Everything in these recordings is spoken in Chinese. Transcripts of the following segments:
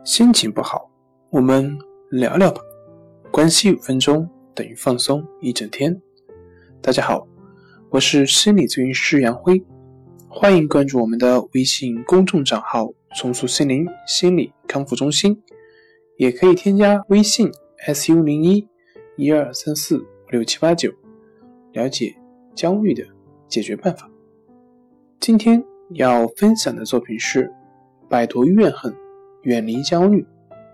心情不好，我们聊聊吧。关系5分钟等于放松一整天。大家好，我是心理咨询师杨辉，欢迎关注我们的微信公众账号重塑心灵心理康复中心，也可以添加微信 su0112345789 了解焦虑的解决办法。今天要分享的作品是摆脱怨恨，远离焦虑。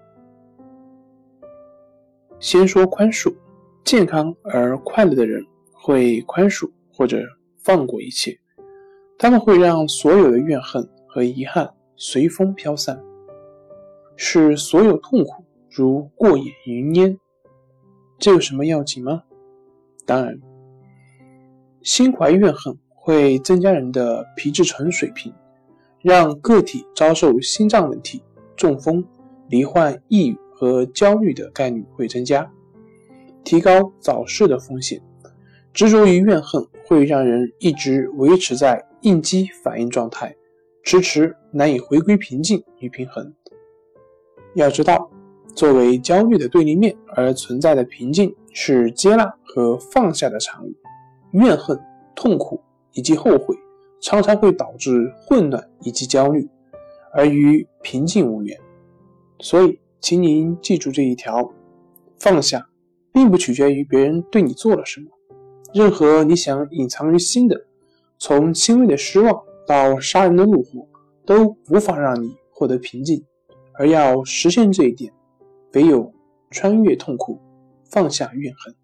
先说宽恕，健康而快乐的人会宽恕或者放过一切，他们会让所有的怨恨和遗憾随风飘散，使所有痛苦如过眼云烟。这有什么要紧吗？当然，心怀怨恨会增加人的皮质醇水平，让个体遭受心脏问题、中风、罹患抑郁和焦虑的概率会增加，提高早逝的风险。执着于怨恨会让人一直维持在应激反应状态，迟迟难以回归平静与平衡。要知道，作为焦虑的对立面而存在的平静是接纳和放下的产物，怨恨、痛苦以及后悔常常会导致混乱以及焦虑，而与平静无缘。所以请您记住这一条，放下并不取决于别人对你做了什么，任何你想隐藏于心的，从轻微的失望到杀人的怒火，都无法让你获得平静。而要实现这一点，唯有穿越痛苦，放下怨恨。